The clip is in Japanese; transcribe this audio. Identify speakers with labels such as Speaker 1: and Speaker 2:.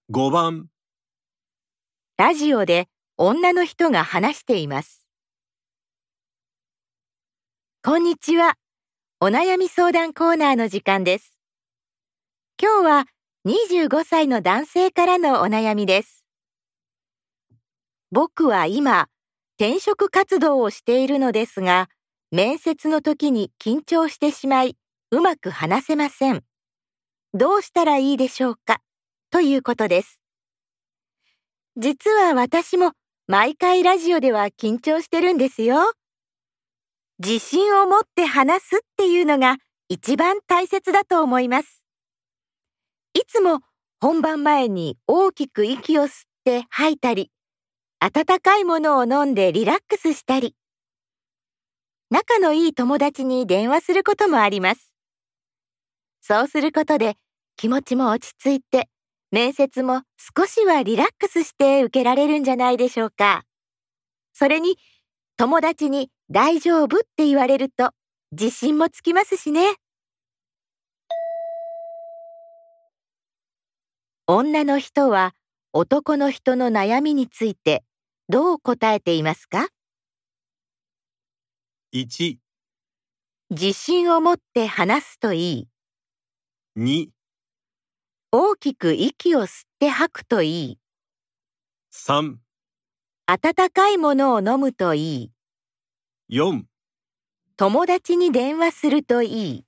Speaker 1: 5番、
Speaker 2: ラジオで女の人が話しています。こんにちは。お悩み相談コーナーの時間です。今日は25歳の男性からのお悩みです。僕は今、転職活動をしているのですが、面接の時に緊張してしまい、うまく話せません。どうしたらいいでしょうかということです。実は私も毎回ラジオでは緊張してるんですよ。自信を持って話すっていうのが一番大切だと思います。いつも本番前に大きく息を吸って吐いたり、温かいものを飲んでリラックスしたり、仲のいい友達に電話することもあります。そうすることで気持ちも落ち着いて、面接も少しはリラックスして受けられるんじゃないでしょうか。それに友達に大丈夫って言われると自信もつきますしね。女の人は男の人の悩みについてどう答えていますか？
Speaker 1: 1、
Speaker 2: 自信を持って話すといい。
Speaker 1: 2、
Speaker 2: 大きく息を吸って吐くといい。
Speaker 1: 3、
Speaker 2: 温かいものを飲むといい。
Speaker 1: 4
Speaker 2: 友達に電話するといい。